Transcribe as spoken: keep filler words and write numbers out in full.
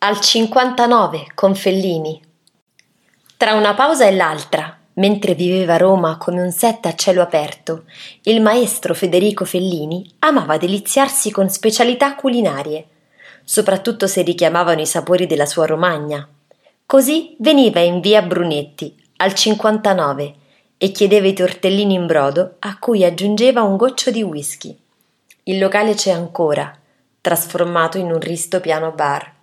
Al cinquantanove con Fellini. Tra una pausa e l'altra, mentre viveva a Roma come un sette a cielo aperto, il maestro Federico Fellini amava deliziarsi con specialità culinarie, soprattutto se richiamavano i sapori della sua Romagna. Così veniva in via Brunetti, al cinquantanove, e chiedeva i tortellini in brodo a cui aggiungeva un goccio di whisky. Il locale c'è ancora, trasformato in un risto piano bar.